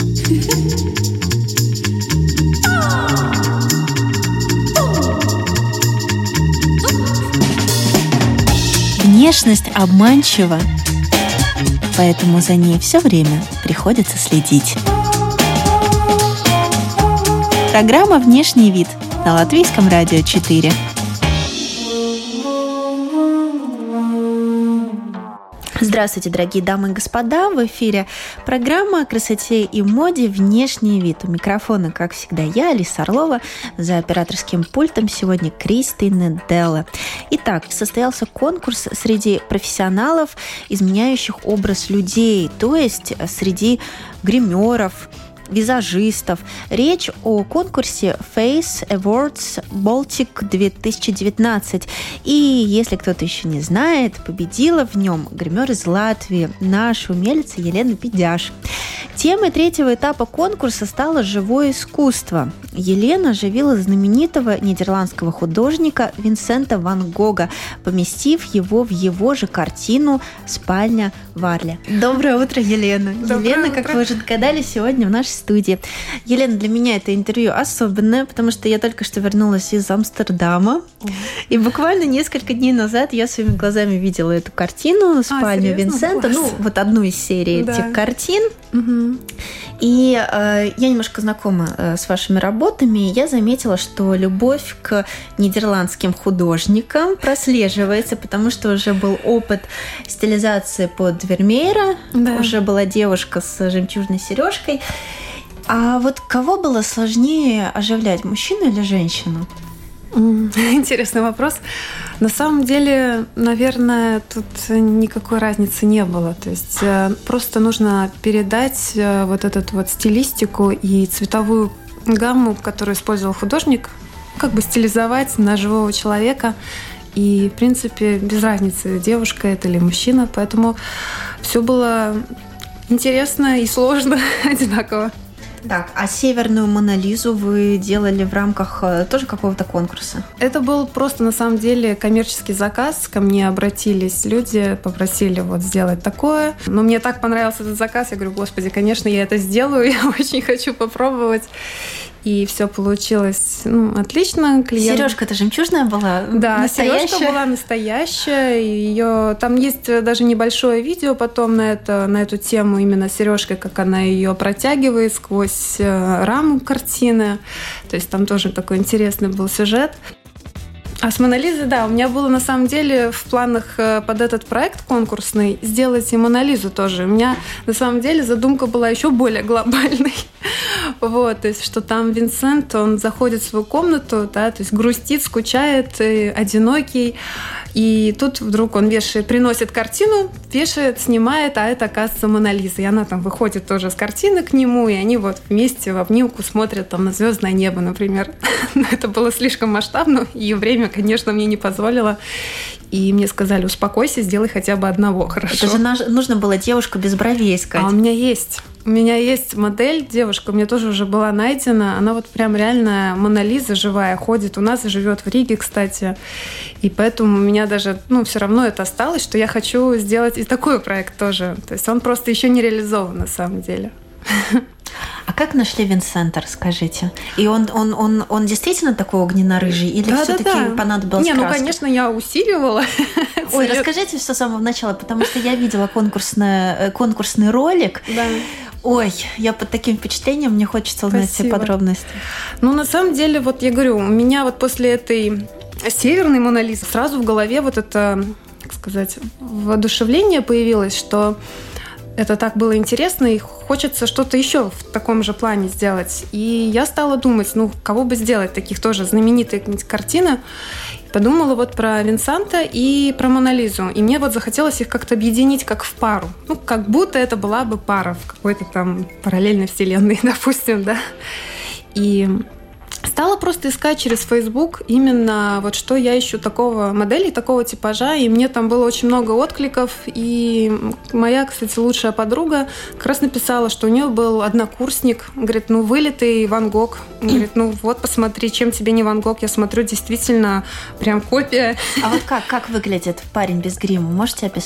Внешность обманчива, поэтому за ней все время приходится следить. Программа «Внешний вид» на Латвийском радио 4. Здравствуйте, дорогие дамы и господа! В эфире программа о красоте и моде «Внешний вид». У микрофона, как всегда, я, Алиса Орлова, за операторским пультом сегодня Кристина Делла. Итак, состоялся конкурс среди профессионалов, изменяющих образ людей, то есть среди гримеров, визажистов. Речь о конкурсе Face Awards Baltic 2019. И если кто-то еще не знает, победила в нем гример из Латвии, наша умелица Елена Педяш. Темой третьего этапа конкурса стало живое искусство. Елена оживила знаменитого нидерландского художника Винсента ван Гога, поместив его в его же картину «Спальня Варли». Доброе утро, Елена. Елена, как вы уже догадались, сегодня в нашей студии. Елена, для меня это интервью особенное, потому что я только что вернулась из Амстердама, и буквально несколько дней назад я своими глазами видела эту картину «Спальню Винсента», вот одну из серий этих картин. И я немножко знакома с вашими работами, и я заметила, что любовь к нидерландским художникам прослеживается, потому что уже был опыт стилизации под Вермеера, уже была девушка с жемчужной сережкой. А вот кого было сложнее оживлять, мужчину или женщину? Интересный вопрос. На самом деле, наверное, тут никакой разницы не было. То есть просто нужно передать вот эту вот стилистику и цветовую гамму, которую использовал художник, как бы стилизовать на живого человека. И, в принципе, без разницы, девушка это или мужчина. Поэтому все было интересно и сложно одинаково. Так, а «Северную Монолизу» вы делали в рамках тоже какого-то конкурса? Это был просто, на самом деле, коммерческий заказ. Ко мне обратились люди, попросили вот сделать такое. Но мне так понравился этот заказ, я говорю, господи, конечно, я это сделаю, я очень хочу попробовать. И все получилось отлично. Сережка-то жемчужная была? Да, настоящая? Сережка была настоящая. Ее там есть даже небольшое видео потом на эту тему, именно с сережкой, как она ее протягивает сквозь раму картины. То есть там тоже такой интересный был сюжет. А с Монолизой, да, у меня было на самом деле в планах под этот проект конкурсный сделать и Монолизу тоже. У меня на самом деле задумка была еще более глобальной. Вот, то есть, что там Винсент, он заходит в свою комнату, да, то есть грустит, скучает, одинокий. И тут вдруг он приносит картину, вешает, снимает, а это, оказывается, Монолиза. И она там выходит тоже с картины к нему, и они вот вместе в обнимку смотрят там на звездное небо, например. Но это было слишком масштабно, и время, конечно, мне не позволило. И мне сказали, успокойся, сделай хотя бы одного, хорошо? Это же нужно было девушку без бровей искать. А у меня есть модель, девушка, у меня тоже уже была найдена. Она вот прям реально Монолиза живая, ходит у нас и живет в Риге, кстати. И поэтому у меня даже, все равно это осталось, что я хочу сделать и такой проект тоже. То есть он просто еще не реализован на самом деле. А как нашли Винсента, расскажите? И он действительно такой огненно-рыжий? Или все-таки понадобилась краска? Конечно, я усиливала. Ой, расскажите все с самого начала, потому что я видела конкурсный ролик. Да. Ой, я под таким впечатлением, мне хочется узнать все подробности. На самом деле, вот я говорю, у меня вот после этой «Северной Монолизы» сразу в голове вот это, как сказать, воодушевление появилось, что это так было интересно, и хочется что-то еще в таком же плане сделать. И я стала думать, кого бы сделать таких тоже знаменитые картины. Подумала вот про Винсента и про Монолизу. И мне вот захотелось их как-то объединить как в пару. Как будто это была бы пара в какой-то там параллельной вселенной, допустим, да. И стала просто искать через Facebook именно вот что я ищу такого модели, такого типажа, и мне там было очень много откликов, и моя, кстати, лучшая подруга как раз написала, что у нее был однокурсник, говорит, вылитый Ван Гог, говорит, вот посмотри, чем тебе не Ван Гог, я смотрю, действительно прям копия. А вот как выглядит парень без грима, можете описать?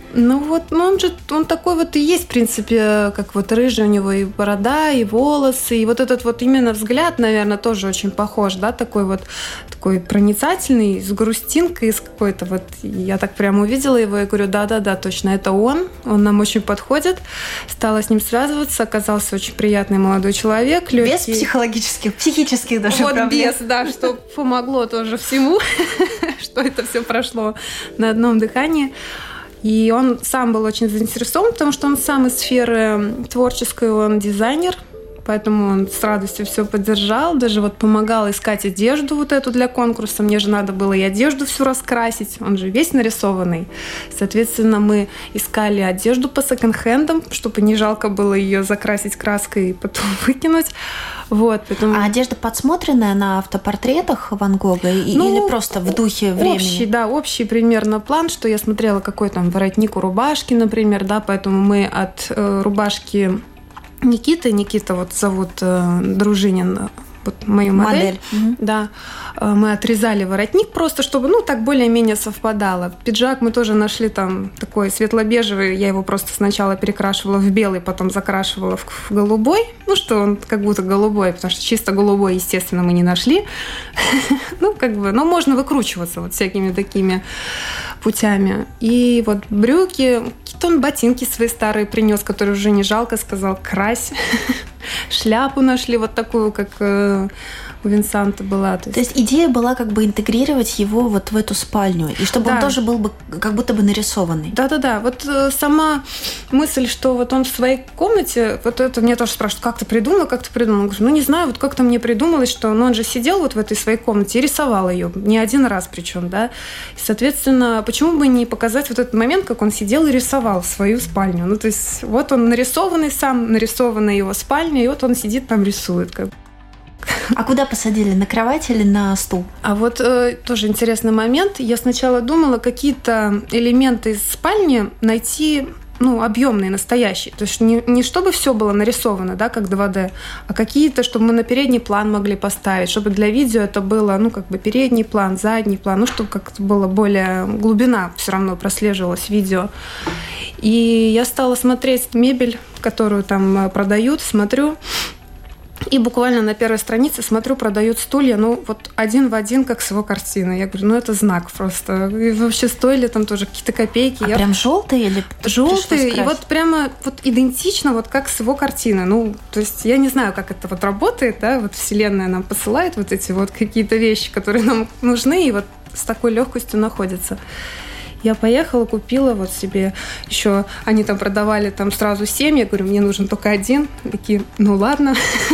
Он такой вот и есть, в принципе, как вот рыжий у него и борода, и волосы, и вот этот вот именно взгляд, наверное, тоже очень похож, да, такой проницательный, с грустинкой, с какой-то вот, я так прямо увидела его и говорю, да, точно, это он нам очень подходит, стала с ним связываться, оказался очень приятный молодой человек, легкий. Без психических даже проблем. Без, да, что помогло тоже всему, что это все прошло на одном дыхании. И он сам был очень заинтересован, потому что он сам из сферы творческой, он дизайнер, поэтому он с радостью все поддержал, даже вот помогал искать одежду вот эту для конкурса. Мне же надо было и одежду всю раскрасить, он же весь нарисованный. Соответственно, мы искали одежду по секонд-хендам, чтобы не жалко было ее закрасить краской и потом выкинуть. Вот, поэтому... А одежда подсмотренная на автопортретах Ван Гога или просто в духе времени? Общий примерно план, что я смотрела, какой там воротник у рубашки, например, да, поэтому мы от рубашки Никита вот зовут Дружинин, вот мою модель. Да, мы отрезали воротник просто, чтобы, так более-менее совпадало. Пиджак мы тоже нашли там такой светло-бежевый, я его просто сначала перекрашивала в белый, потом закрашивала в голубой, что он как будто голубой, потому что чисто голубой, естественно, мы не нашли. Но можно выкручиваться вот всякими такими путями. И вот брюки, какие-то он ботинки свои старые принес, которые уже не жалко, сказал, крась. Шляпу нашли вот такую, как у Винсанта была. То есть идея была как бы интегрировать его вот в эту спальню, и чтобы он тоже был бы как будто бы нарисованный. Да. Вот сама мысль, что вот он в своей комнате, вот это меня тоже спрашивают, как ты придумала? Я говорю, не знаю, вот как-то мне придумалось, что он же сидел вот в этой своей комнате и рисовал ее, не один раз причем, да. И, соответственно, почему бы не показать вот этот момент, как он сидел и рисовал свою спальню? То есть вот он нарисованный сам, нарисована его спальня, и вот он сидит там рисует. А куда посадили? На кровать или на стул? А вот тоже интересный момент. Я сначала думала какие-то элементы из спальни найти, объемные, настоящие. То есть не чтобы все было нарисовано, да, как 2D, а какие-то, чтобы мы на передний план могли поставить, чтобы для видео это было, передний план, задний план, чтобы как-то было более глубина все равно прослеживалась в видео. И я стала смотреть мебель, которую там продают, смотрю. И буквально на первой странице смотрю, продают стулья, вот один в один, как с его картины. Я говорю, это знак просто. И вообще стоили там тоже какие-то копейки. А прям желтые или желтые? И вот прямо вот идентично, вот как с его картины. То есть я не знаю, как это вот работает, да, вот Вселенная нам посылает вот эти вот какие-то вещи, которые нам нужны, и вот с такой легкостью находятся. Я поехала, купила вот себе еще, они там продавали там сразу 7, я говорю, мне нужен только 1. Такие, ладно.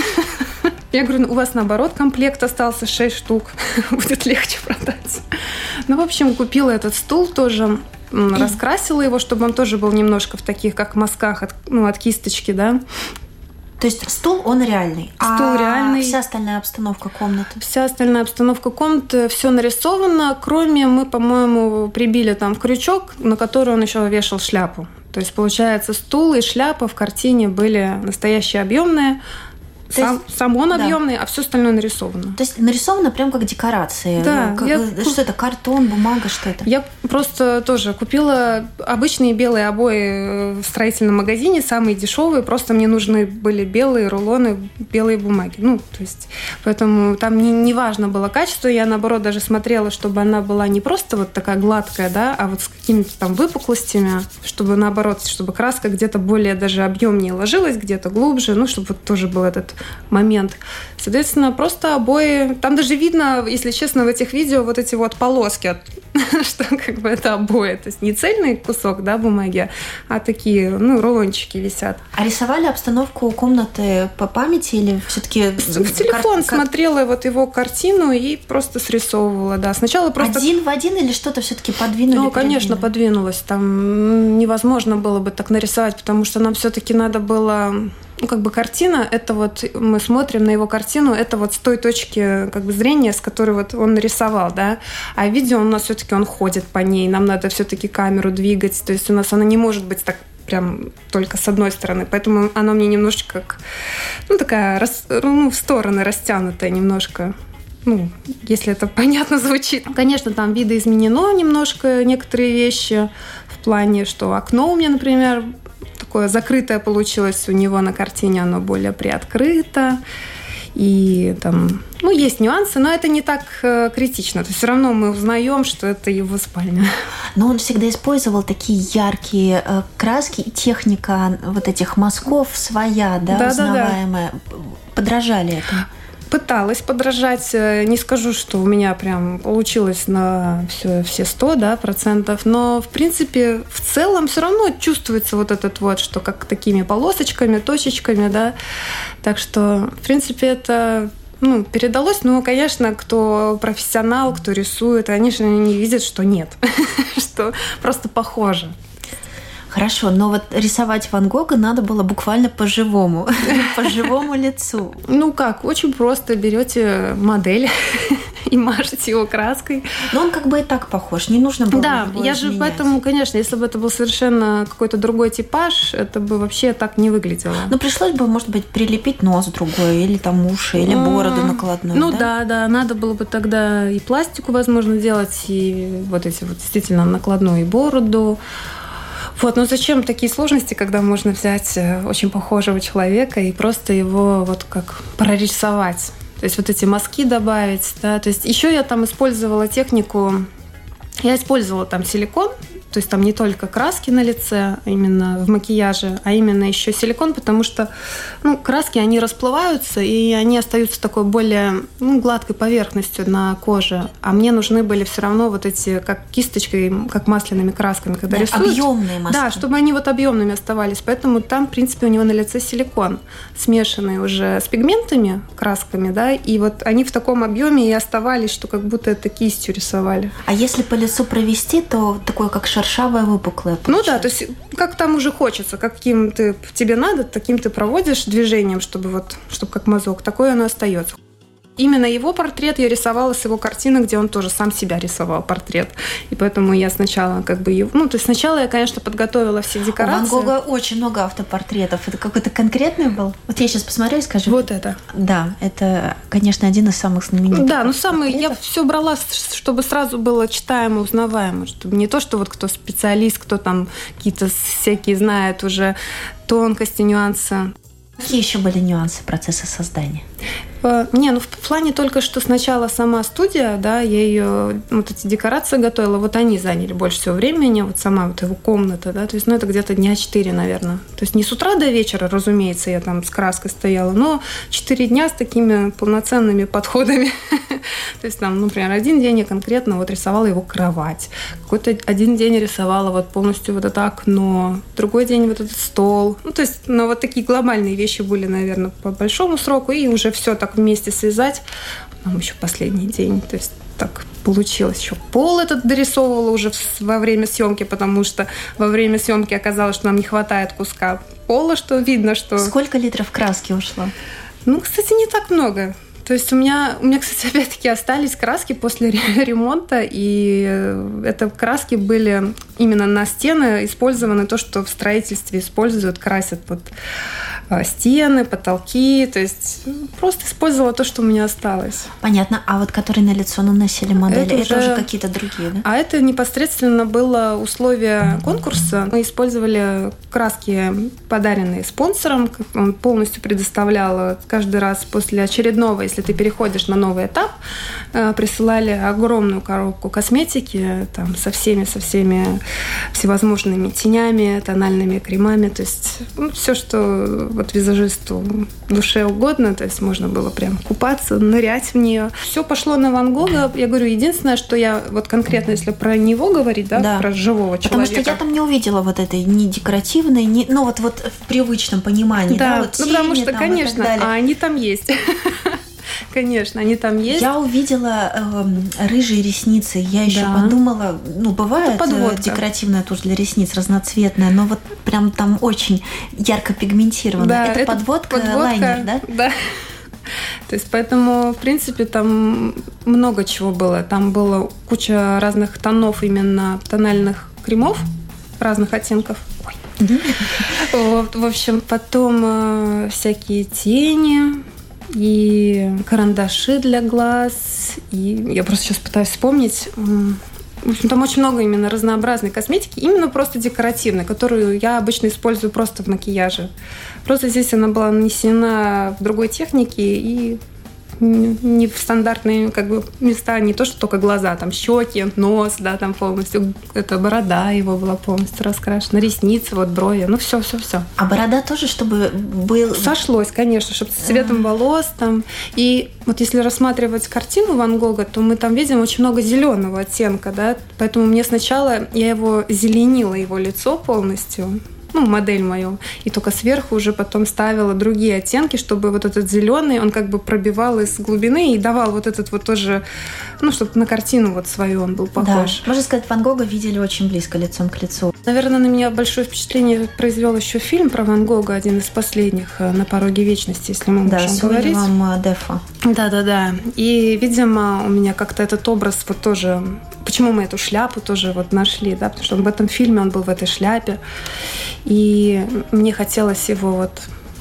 Я говорю, у вас наоборот комплект остался 6 штук, будет легче продать. В общем, купила этот стул тоже, раскрасила его, чтобы он тоже был немножко в таких, как мазках от кисточки, да. То есть стул, он реальный. Стул реальный. Вся остальная обстановка комнаты? Вся остальная обстановка комнаты, все нарисовано, кроме мы, по-моему, прибили там в крючок, на который он еще вешал шляпу. То есть, получается, стул и шляпа в картине были настоящие объемные. Сам он объемный, а все остальное нарисовано. То есть нарисовано прям как декорации. Да. Что это? Картон, бумага, что это? Я просто тоже купила обычные белые обои в строительном магазине, самые дешевые. Просто мне нужны были белые рулоны, белые бумаги. То есть, поэтому там не важно было качество. Я, наоборот, даже смотрела, чтобы она была не просто вот такая гладкая, да, а вот с какими-то там выпуклостями, чтобы, наоборот, чтобы краска где-то более даже объемнее ложилась, где-то глубже, чтобы вот тоже был этот момент. Соответственно, просто обои... Там даже видно, если честно, в этих видео вот эти вот полоски, что это обои. То есть не цельный кусок, да, бумаги, а такие, рулончики висят. А рисовали обстановку комнаты по памяти или все-таки... В телефон смотрела вот его картину и просто срисовывала, да. Сначала просто... Один в один или что-то все-таки подвинули? Конечно, подвинулось. Там невозможно было бы так нарисовать, потому что нам все-таки надо было... картина, это вот мы смотрим на его картину, это вот с той точки зрения, с которой вот он нарисовал, да. А видео у нас все-таки он ходит по ней, нам надо все-таки камеру двигать, то есть у нас она не может быть так прям только с одной стороны, поэтому она мне немножечко как, такая, в стороны растянутая немножко. Если это понятно звучит. Конечно, там видоизменено немножко некоторые вещи в плане, что окно у меня, например, такое закрытое получилось у него на картине, оно более приоткрыто. И там, есть нюансы, но это не так критично. То есть все равно мы узнаем, что это его спальня. Но он всегда использовал такие яркие краски, и техника вот этих мазков своя, да, узнаваемая. Да. Подражали этому? Пыталась подражать. Не скажу, что у меня прям получилось на все 100%, но, в принципе, в целом все равно чувствуется вот этот вот, что как такими полосочками, точечками, да. Так что, в принципе, это передалось. Но, конечно, кто профессионал, кто рисует, они же не видят, что нет, что просто похоже. Хорошо, но вот рисовать Ван Гога надо было буквально по-живому, по живому лицу. Очень просто. Берете модель и мажете его краской. Но он как бы и так похож, не нужно было его изменять. Я же поэтому, конечно, если бы это был совершенно какой-то другой типаж, это бы вообще так не выглядело. Пришлось бы, может быть, прилепить нос другой, или там уши, или бороду накладную, да, надо было бы тогда и пластику, возможно, делать, и вот эти вот действительно накладную и бороду. Но зачем такие сложности, когда можно взять очень похожего человека и просто его вот как прорисовать? То есть вот эти мазки добавить, да. То есть еще я там использовала технику, я использовала там силикон, то есть там не только краски на лице, именно в макияже, а именно еще силикон, потому что краски, они расплываются, и они остаются такой более гладкой поверхностью на коже. А мне нужны были все равно вот эти, как кисточкой, как масляными красками, когда рисуют. Объемные маски. Да, чтобы они вот объемными оставались. Поэтому там, в принципе, у него на лице силикон, смешанный уже с пигментами, красками, да, и вот они в таком объеме и оставались, что как будто это кистью рисовали. А если по лицу провести, то такое, как шершавая, выпуклая получается. То есть как там уже хочется, каким тебе надо, таким ты проводишь движением, чтобы как мазок, такое оно остается. Именно его портрет я рисовала с его картины, где он тоже сам себя рисовал портрет. И поэтому я сначала сначала я, конечно, подготовила все декорации. У Ван Гога очень много автопортретов. Это какой-то конкретный был? Вот я сейчас посмотрю и скажу. Вот это. Да, это, конечно, один из самых знаменитых. Да, я все брала, чтобы сразу было читаемо, узнаваемо. Чтобы не то, что вот кто специалист, кто там какие-то всякие знает уже тонкости, нюансы. Какие еще были нюансы процесса создания? В плане только, что сначала сама студия, да, я ее, эти декорации готовила, они заняли больше всего времени, сама его комната, да, то есть, это где-то дня 4, наверное. То есть не с утра до вечера, разумеется, я там с краской стояла, но 4 дня с такими полноценными подходами. То есть, например, один день я конкретно рисовала его кровать, какой-то один день рисовала полностью это окно, другой день этот стол. То есть, такие глобальные вещи были, наверное, по большому сроку, и уже все так вместе связать. Нам еще последний день. То есть так получилось. Еще пол этот дорисовывала уже во время съемки, потому что во время съемки оказалось, что нам не хватает куска пола, что видно, что... Сколько литров краски ушло? Кстати, не так много. То есть у меня, кстати, опять-таки остались краски после ремонта, и это краски были именно на стены использованы, то, что в строительстве используют, красят стены, потолки, то есть просто использовала то, что у меня осталось. Понятно. А которые на лицо наносили модели, это уже какие-то другие, да? А это непосредственно было условие конкурса. Мы использовали краски, подаренные спонсором, он полностью предоставлял каждый раз после очередного, если ты переходишь на новый этап, присылали огромную коробку косметики там, со всеми всевозможными тенями, тональными кремами, то есть все, что визажисту душе угодно, то есть можно было прям купаться, нырять в нее. Все пошло на Ван Гога. Я говорю, единственное, что я конкретно, если про него говорить, да, про живого человека. Потому что я там не увидела этой ни декоративной, ни, в привычном понимании. Да, тени, потому что, конечно, они там есть. Конечно, они там есть. Я увидела рыжие ресницы. Я еще подумала, бывает декоративная тушь для ресниц разноцветная, но прям там очень ярко пигментированная. Да, это подводка, лайнер, да? Да. То есть, поэтому, в принципе, там много чего было. Там была куча разных тонов, именно тональных кремов разных оттенков. В общем, потом всякие тени и карандаши для глаз. И я просто сейчас пытаюсь вспомнить. В общем, там очень много именно разнообразной косметики, именно просто декоративной, которую я обычно использую просто в макияже. Просто здесь она была нанесена в другой технике и не в стандартные как бы места, не то, что только глаза, там щеки, нос, да, там полностью, это борода его была полностью раскрашена, ресницы, вот брови, ну все. А борода тоже, чтобы был... Сошлось, конечно, чтобы с цветом волос там. И вот если рассматривать картину Ван Гога, то мы там видим очень много зеленого оттенка, да, поэтому мне сначала я его зеленила, его лицо полностью, ну, модель мою, и только сверху уже потом ставила другие оттенки, чтобы вот этот зеленый, он как бы пробивал из глубины и давал вот этот вот тоже, ну, чтобы на картину вот свою он был похож. Да. Можно сказать, Ван Гога видели очень близко, лицом к лицу. Наверное, на меня большое впечатление произвел еще фильм про Ван Гога, один из последних, «На пороге вечности», если мы можем говорить. Да, с Уильямом Дефо. Да. И, видимо, у меня как-то этот образ вот тоже... Почему мы эту шляпу тоже вот нашли, да, потому что в этом фильме он был в этой шляпе, и мне хотелось его вот...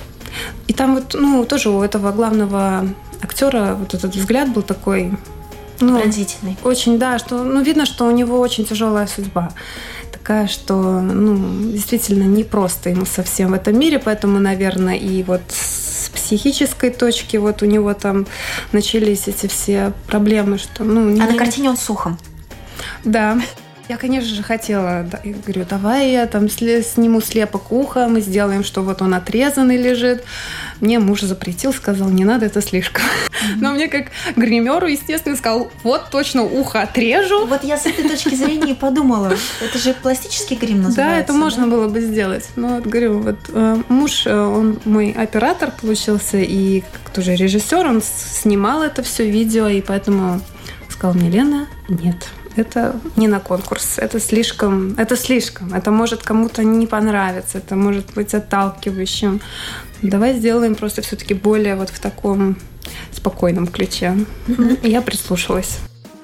И там вот, ну, тоже у этого главного актера вот этот взгляд был такой... Ну, пронзительный. Очень, да, что, ну, видно, что у него очень тяжелая судьба. Такая, что, ну, действительно непросто ему совсем в этом мире, поэтому, наверное, и вот с психической точки вот у него там начались эти все проблемы, что, ну... А на картине он с ухом. Да. Я, конечно же, хотела, да, я говорю, давай я там сниму слепок уха, мы сделаем, что вот он отрезанный лежит. Мне муж запретил, сказал, не надо, это слишком. Но мне как гримеру, естественно, сказал, вот точно ухо отрежу. Вот я с этой точки зрения и подумала, это же пластический грим называется. Да, это можно было бы сделать. Но вот говорю, вот муж, он мой оператор получился и как тоже режиссер, он снимал это все видео, и поэтому сказал мне, Лена, нет. Это не на конкурс, это слишком. Это может кому-то не понравиться, это может быть отталкивающим. Давай сделаем просто все-таки более вот в таком спокойном ключе. И я прислушалась.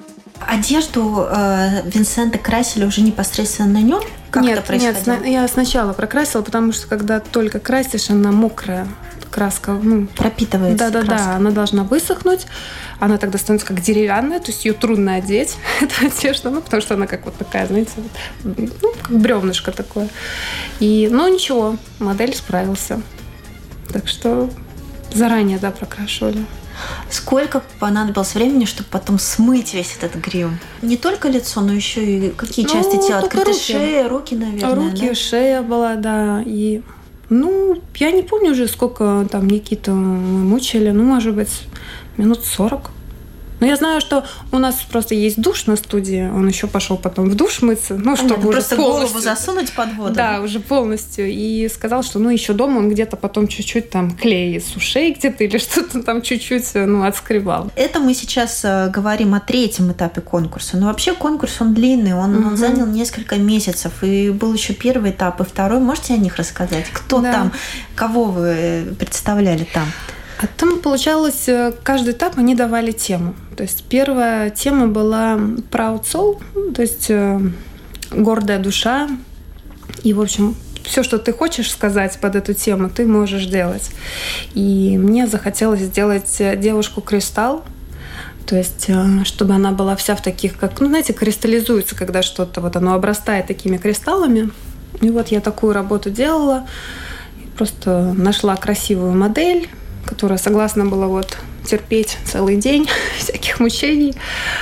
Одежду Винсента красили уже непосредственно на нем? Как это происходило? Нет, я сначала прокрасила, потому что когда только красишь, она мокрая. Краска, ну, пропитывается. Да, она должна высохнуть. Она тогда становится как деревянная, то есть ее трудно одеть, эту одежду, ну, потому что она как вот такая, знаете, вот, ну, как бревнышко такое. Ну, ничего, модель справился. Так что заранее, да, прокрашивали. Сколько понадобилось времени, чтобы потом смыть весь этот грим? Не только лицо, но еще и какие части тела? Открытая шея, руки, наверное. Руки, да? Шея была, да, и... Ну, я не помню уже, сколько там Никиту мучили. Ну, может быть, минут 40. Но я знаю, что у нас просто есть душ на студии. Он еще пошел потом в душ мыться. Ну, чтобы уже просто полностью... голову засунуть под воду. Да, уже полностью. И сказал, что ну еще дома он где-то потом чуть-чуть там клей с ушей где-то или что-то там чуть-чуть отскребал. Это мы сейчас говорим о третьем этапе конкурса. Но вообще конкурс, он длинный. Он занял несколько месяцев. И был еще первый этап и второй. Можете о них рассказать? Кто там? Кого вы представляли там? А там, получалось, каждый этап они давали тему. То есть первая тема была Proud Soul, то есть гордая душа. И, в общем, все, что ты хочешь сказать под эту тему, ты можешь делать. И мне захотелось сделать девушку-кристалл, то есть чтобы она была вся в таких, как, ну, знаете, кристаллизуется, когда что-то, вот оно обрастает такими кристаллами. И вот я такую работу делала. Просто нашла красивую модель, которая согласна была вот терпеть целый день всяких мучений.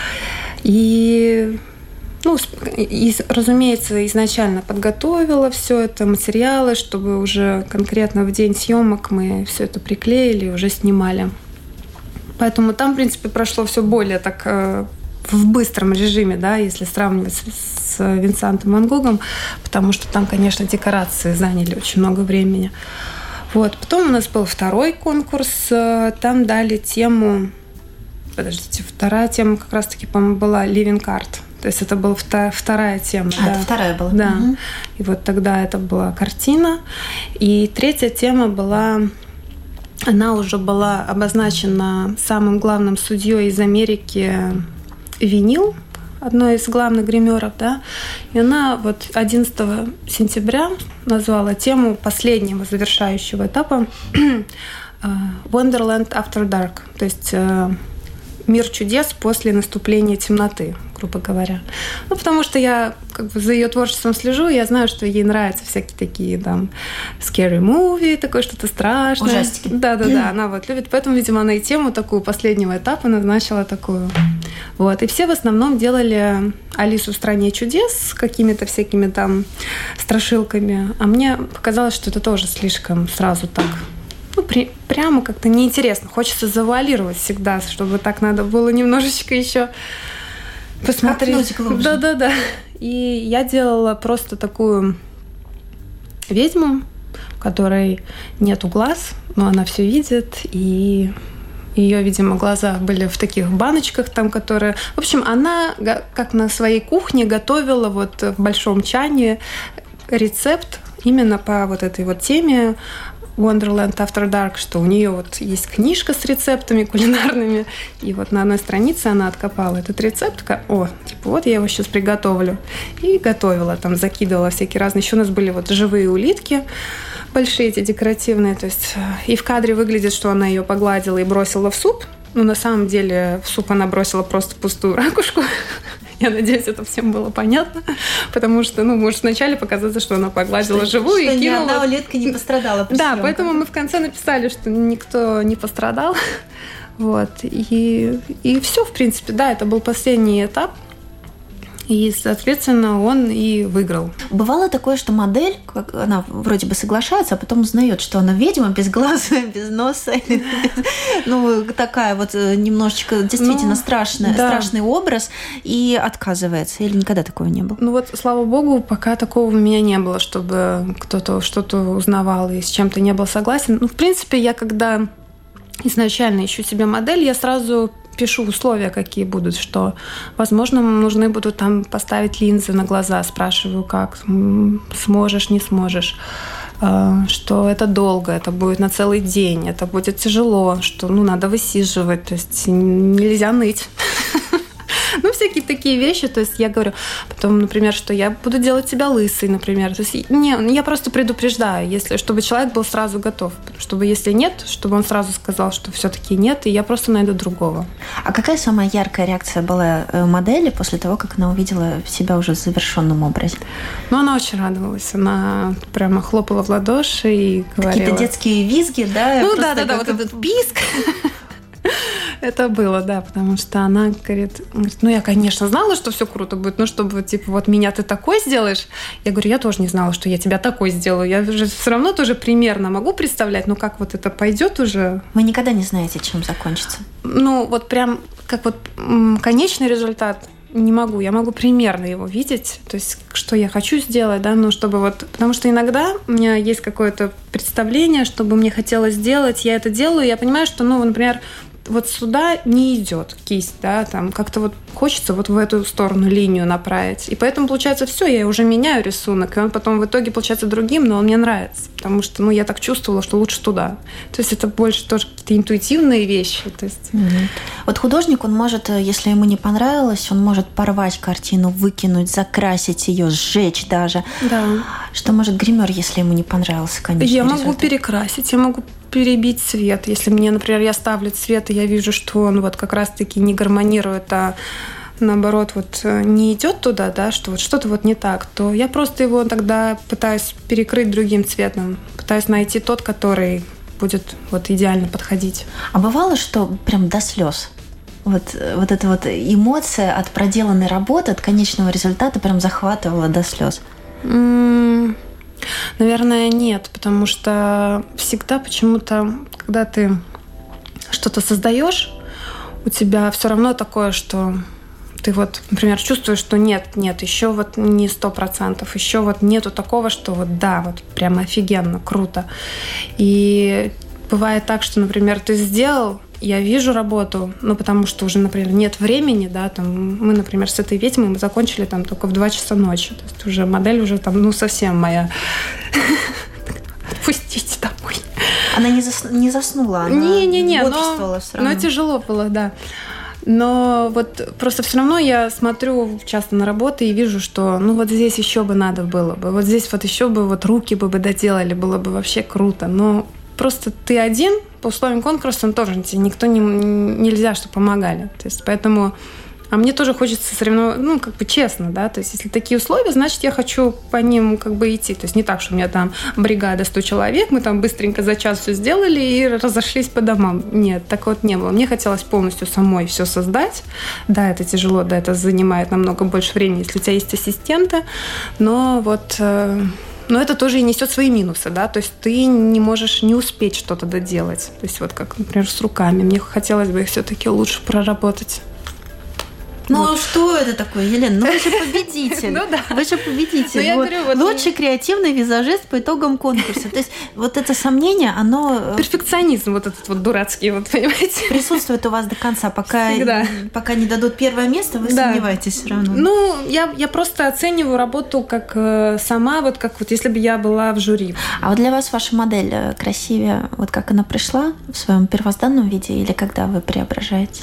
И, ну, разумеется, изначально подготовила все это, материалы, чтобы уже конкретно в день съемок мы все это приклеили и уже снимали. Поэтому там, в принципе, прошло все более так в быстром режиме, да, если сравнивать с Винсентом Ван Гогом, потому что там, конечно, декорации заняли очень много времени. Вот. Потом у нас был второй конкурс, там дали тему, вторая тема как раз-таки, по-моему, была Living Art, то есть это была вторая тема. Да. Это вторая была. Да. И вот тогда это была картина. И третья тема была, она уже была обозначена самым главным судьей из Америки Винил, одной из главных гримеров, да, и она вот 11 сентября назвала тему последнего завершающего этапа Wonderland After Dark, то есть мир чудес после наступления темноты. грубо говоря. Ну, потому что я как бы за ее творчеством слежу, я знаю, что ей нравятся всякие такие там scary movie, такое что-то страшное. Ужастики. Да, она вот любит. Поэтому, видимо, она и тему такую последнего этапа назначила такую. Вот. И все в основном делали Алису в стране чудес с какими-то всякими там страшилками. А мне показалось, что это тоже слишком сразу так... прямо как-то неинтересно. Хочется завуалировать всегда, чтобы так надо было немножечко еще посмотреть. Да. И я делала просто такую ведьму, у которой нету глаз, но она все видит, и ее, видимо, глаза были в таких баночках там, которые... В общем, она как на своей кухне готовила вот в большом чане рецепт именно по вот этой вот теме Wonderland After Dark, что у нее вот есть книжка с рецептами кулинарными, и вот на одной странице она откопала этот рецепт, такая, вот я его сейчас приготовлю. И готовила, там закидывала всякие разные. Еще у нас были вот живые улитки, большие эти декоративные, то есть и в кадре выглядит, что она ее погладила и бросила в суп, но на самом деле в суп она бросила просто пустую ракушку. Я надеюсь, это всем было понятно, потому что, может вначале показаться, что она погладила живую и кинула. Ни одна улитка не пострадала при съемках. Да, поэтому мы в конце написали, что никто не пострадал. Вот. И все, в принципе, да, это был последний этап. И, соответственно, он и выиграл. Бывало такое, что модель, она вроде бы соглашается, а потом узнает, что она ведьма без глаза, без носа. Такая вот немножечко действительно страшный образ, и отказывается. Или никогда такого не было? Слава богу, пока такого у меня не было, чтобы кто-то что-то узнавал и с чем-то не был согласен. В принципе, я когда изначально ищу себе модель, я сразу пишу условия, какие будут, что, возможно, нужны будут там поставить линзы на глаза, спрашиваю, как, сможешь, не сможешь, что это долго, это будет на целый день, это будет тяжело, что надо высиживать, то есть нельзя ныть. Всякие такие вещи. То есть я говорю потом, например, что я буду делать тебя лысой, например. То есть я просто предупреждаю, чтобы человек был сразу готов. Чтобы если нет, чтобы он сразу сказал, что все-таки нет, и я просто найду другого. А какая самая яркая реакция была модели после того, как она увидела себя уже в завершенном образе? Она очень радовалась. Она прямо хлопала в ладоши и говорила... Какие-то детские визги, да? Да, вот этот писк. Это было, да, потому что она говорит, я, конечно, знала, что все круто будет, но чтобы, меня ты такой сделаешь. Я говорю, я тоже не знала, что я тебя такой сделаю. Я же все равно тоже примерно могу представлять, как вот это пойдет уже. Вы никогда не знаете, чем закончится? Прям как конечный результат не могу. Я могу примерно его видеть, то есть, что я хочу сделать, да, чтобы потому что иногда у меня есть какое-то представление, что бы мне хотелось сделать, я это делаю, я понимаю, что, например, сюда не идет кисть, да, там как-то хочется в эту сторону линию направить. И поэтому, получается, все, я уже меняю рисунок, и он потом в итоге получается другим, но он мне нравится, потому что, я так чувствовала, что лучше туда. То есть это больше тоже какие-то интуитивные вещи. То есть... Художник, он может, если ему не понравилось, он может порвать картину, выкинуть, закрасить ее, сжечь даже. Да. Что может гример, если ему не понравился, конечно, Я могу перекрасить, я могу перебить цвет. Если мне, например, я ставлю цвет, и я вижу, что он как раз-таки не гармонирует, а наоборот не идет туда, да, что что-то не так, то я просто его тогда пытаюсь перекрыть другим цветом, пытаюсь найти тот, который будет идеально подходить. А бывало, что прям до слез? Эта эмоция от проделанной работы, от конечного результата прям захватывала до слез? Наверное, нет, потому что всегда почему-то, когда ты что-то создаешь, у тебя все равно такое, что ты например, чувствуешь, что нет, еще не 100%, еще нету такого, что прям офигенно, круто. И бывает так, что, например, ты сделал, я вижу работу, потому что уже, например, нет времени, да, мы, например, с этой ведьмой мы закончили только в 2 часа ночи, то есть уже модель уже совсем моя. Отпустите домой. Она не заснула, она бодрствовала все равно. Но тяжело было, да. Но просто все равно я смотрю часто на работы и вижу, что здесь еще бы надо было бы, здесь еще бы руки бы доделали, было бы вообще круто, но просто ты один, по условиям конкурса тоже тебе никто нельзя, чтобы помогали. То есть поэтому А мне тоже хочется соревноваться, как бы честно, да, то есть если такие условия, значит, я хочу по ним как бы идти. То есть не так, что у меня там бригада 100 человек, мы там быстренько за час все сделали и разошлись по домам. Нет, так вот не было. Мне хотелось полностью самой все создать. Да, это тяжело, да, это занимает намного больше времени, если у тебя есть ассистенты, но вот... Но это тоже и несет свои минусы, да, то есть ты не можешь не успеть что-то доделать. То есть вот как, например, с руками. Мне хотелось бы их все-таки лучше проработать. Ну, вот. Что это такое, Елена? Ну, вы же победитель. Ну, да. Вы же победитель. Лучший креативный визажист по итогам конкурса. То есть вот это сомнение, оно... Перфекционизм вот этот вот дурацкий, вот, понимаете? Присутствует у вас до конца. Пока не дадут первое место, вы сомневаетесь все равно. Ну, я просто оцениваю работу как сама, вот как вот если бы я была в жюри. А вот для вас ваша модель красивее, вот как она пришла в своем первозданном виде или когда вы преображаете?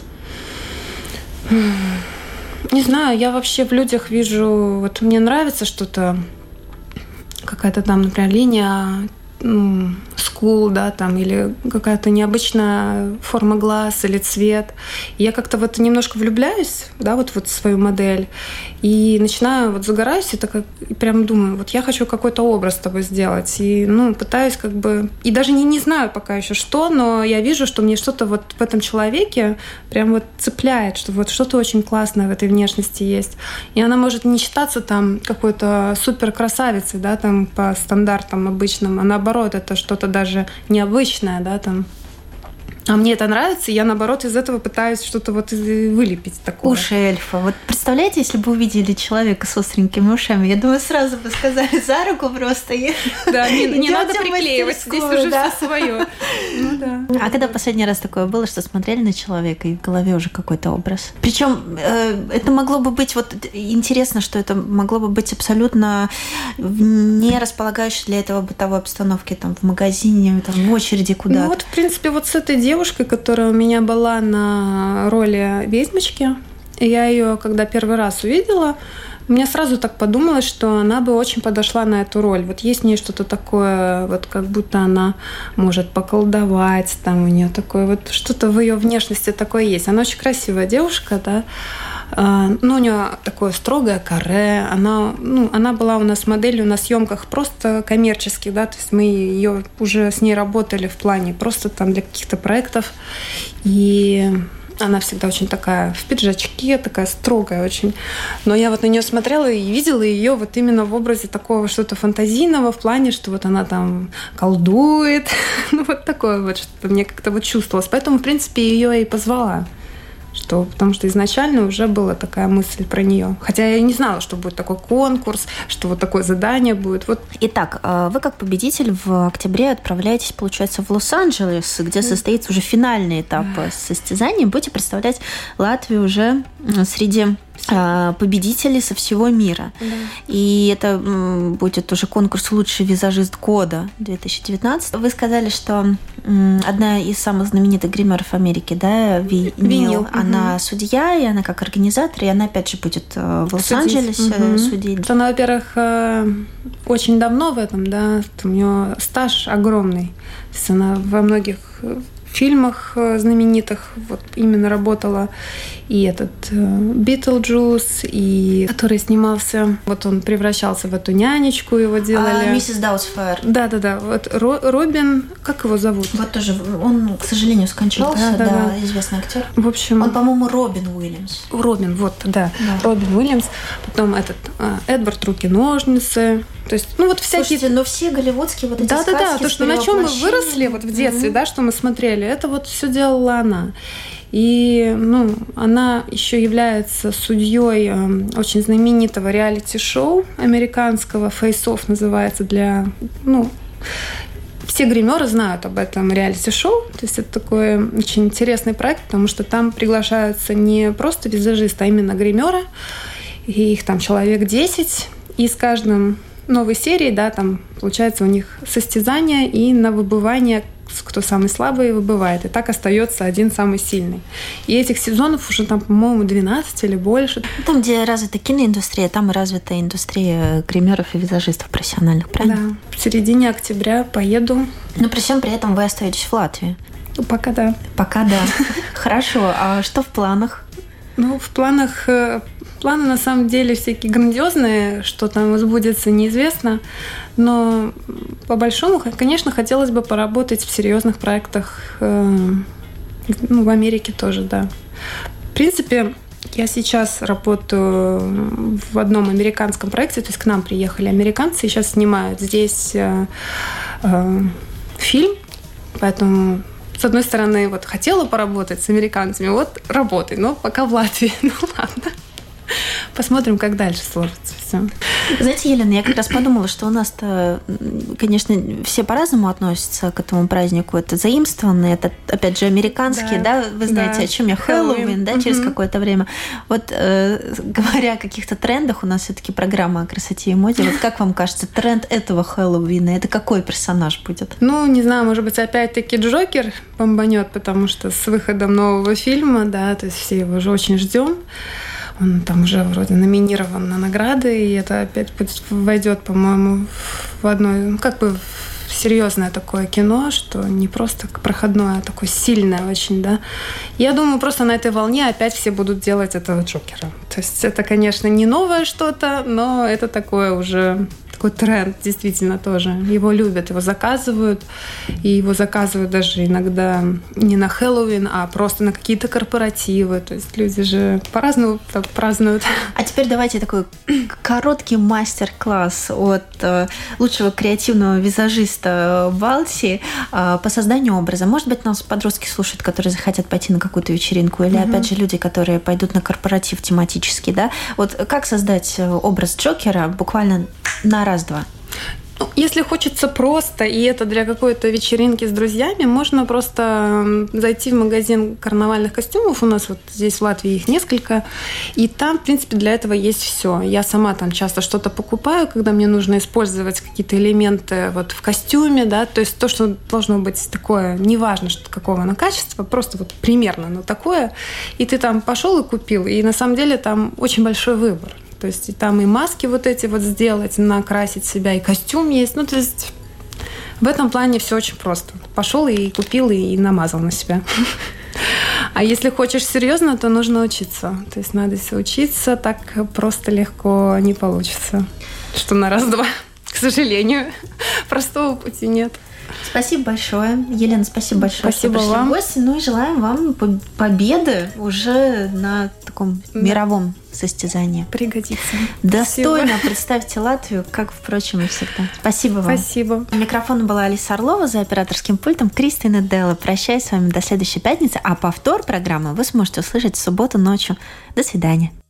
Не знаю, я вообще в людях вижу, вот мне нравится что-то, какая-то там, например, линия скул, да, там, или какая-то необычная форма глаз или цвет. И я как-то вот немножко влюбляюсь, да, вот в свою модель, и начинаю, вот загораюсь, и прям думаю, вот я хочу какой-то образ с тобой сделать. И, пытаюсь как бы... И даже не знаю пока еще что, но я вижу, что мне что-то вот в этом человеке прям вот цепляет, что вот что-то очень классное в этой внешности есть. И она может не считаться там какой-то супер красавицей, да, там по стандартам обычным, а наоборот, это что-то даже необычное, да, там. А мне это нравится, и я, наоборот, из этого пытаюсь что-то вот вылепить такое. Уши эльфа. Вот представляете, если бы увидели человека с остренькими ушами, я думаю, сразу бы сказали за руку просто. Да, не надо приклеивать, здесь уже все свое. Ну да. А когда последний раз такое было, что смотрели на человека, и в голове уже какой-то образ? Причем это могло бы быть, вот интересно, что это могло бы быть абсолютно не располагающей для этого бытовой обстановки, там, в магазине, там, в очереди куда-то. Ну вот, в принципе, вот с этой девушкой, которая у меня была на роли ведьмочки, и я ее, когда первый раз увидела, мне сразу так подумалось, что она бы очень подошла на эту роль. Вот есть в ней что-то такое, вот как будто она может поколдовать, там у нее такое вот что-то в ее внешности такое есть. Она очень красивая девушка, да. У нее такое строгое каре. Она была у нас моделью на съемках просто коммерческих, да, то есть мы ее уже с ней работали в плане просто там для каких-то проектов. И она всегда очень такая в пиджачке, такая строгая очень. Но я вот на нее смотрела и видела ее вот именно в образе такого что-то фантазийного, в плане, что вот она там колдует. Вот такое вот, что мне как-то вот чувствовалось. Поэтому, в принципе, ее и позвала. Потому что изначально уже была такая мысль про нее. Хотя я не знала, что будет такой конкурс, что вот такое задание будет. Вот. Итак, вы как победитель в октябре отправляетесь, получается, в Лос-Анджелес, где состоится уже финальный этап состязаний. Будете представлять Латвию уже среди победителей со всего мира. Да. И это будет уже конкурс «Лучший визажист года» 2019. Вы сказали, что одна из самых знаменитых гримеров Америки, да, Винил, она судья, и она как организатор, и она опять же будет в Лос-Анджелесе судить. Она, во-первых, очень давно в этом, да, у нее стаж огромный. То есть она во многих фильмах знаменитых вот именно работала. И этот Битлджус, и который снимался, вот он превращался в эту нянечку, его делали. Миссис Даутфайр. Да. Вот Робин, как его зовут? Вот тоже, он, к сожалению, скончался, да, известный актер. В общем... Он, по-моему, Робин Уильямс. Робин, вот, да. Робин Уильямс. Потом этот Эдвард Руки-ножницы. То есть, вот всякие... Слушайте, но все голливудские вот эти сказки... Да, то, что на чем мы выросли вот в детстве, да, что мы смотрели, это вот все делала она. И она еще является судьей очень знаменитого реалити-шоу американского, Face Off называется, для... все гримеры знают об этом реалити-шоу. То есть это такой очень интересный проект, потому что там приглашаются не просто визажисты, а именно гримеры. И их там человек 10. И с каждым новой серии, да, там получается у них состязание и на выбывание, кто самый слабый, выбывает. И так остается один самый сильный. И этих сезонов уже там, по-моему, 12 или больше. Там, где развита киноиндустрия, там и развита индустрия гримеров и визажистов профессиональных, правильно? Да. В середине октября поеду. Но при всем при этом вы остаетесь в Латвии. Пока да. Пока да. Хорошо. А что в планах? Ну, в планах... Планы на самом деле всякие грандиозные, что там сбудется, неизвестно. Но по большому, конечно, хотелось бы поработать в серьезных проектах. В Америке тоже, да. В принципе, я сейчас работаю в одном американском проекте, то есть к нам приехали американцы и сейчас снимают здесь фильм, поэтому, с одной стороны, вот хотела поработать с американцами, вот работай, но пока в Латвии, ну ладно. Посмотрим, как дальше сложится все. Знаете, Елена, я как раз подумала, что у нас-то, конечно, все по-разному относятся к этому празднику. Это заимствованный, это, опять же, американский, да? Вы знаете, о чем я? Хэллоуин, да, через какое-то время. Вот говоря о каких-то трендах, у нас все-таки программа о красоте и моде. Вот как вам кажется, тренд этого Хэллоуина, это какой персонаж будет? Ну, не знаю, может быть, опять-таки Джокер бомбанет, потому что с выходом нового фильма, да, то есть все его уже очень ждем. Он там уже вроде номинирован на награды, и это опять войдет, по-моему, в одно, как бы серьезное такое кино, что не просто проходное, а такое сильное очень, да. Я думаю, просто на этой волне опять все будут делать этого Джокера. То есть это, конечно, не новое что-то, но это такое уже... Такой тренд, действительно, тоже. Его любят, его заказывают. И его заказывают даже иногда не на Хэллоуин, а просто на какие-то корпоративы. То есть люди же по-разному так празднуют. А теперь давайте такой короткий мастер-класс от лучшего креативного визажиста Балтии по созданию образа. Может быть, нас подростки слушают, которые захотят пойти на какую-то вечеринку, или, опять же, люди, которые пойдут на корпоратив тематический, да? Вот как создать образ Джокера буквально на раз-два? Ну, если хочется просто, и это для какой-то вечеринки с друзьями, можно просто зайти в магазин карнавальных костюмов. У нас вот здесь в Латвии их несколько. И там, в принципе, для этого есть все. Я сама там часто что-то покупаю, когда мне нужно использовать какие-то элементы вот в костюме, да, то есть то, что должно быть такое, неважно, что какого оно качества, просто вот примерно оно такое. И ты там пошел и купил. И на самом деле там очень большой выбор. То есть и там и маски вот эти вот сделать, накрасить себя, и костюм есть. Ну, то есть в этом плане все очень просто. Пошел и купил, и намазал на себя. А если хочешь серьезно, то нужно учиться. То есть надо все учиться, так просто легко не получится. Что на раз-два, к сожалению. Простого пути нет. Спасибо большое. Елена, спасибо большое, спасибо, что пришли в гости. Ну и желаем вам победы уже на таком мировом состязании. Пригодится. Достойно представьте Латвию, как, впрочем, и всегда. Спасибо вам. Спасибо. У микрофона была Алиса Орлова, за операторским пультом Кристина Делла. Прощаюсь с вами до следующей пятницы, а повтор программы вы сможете услышать в субботу ночью. До свидания.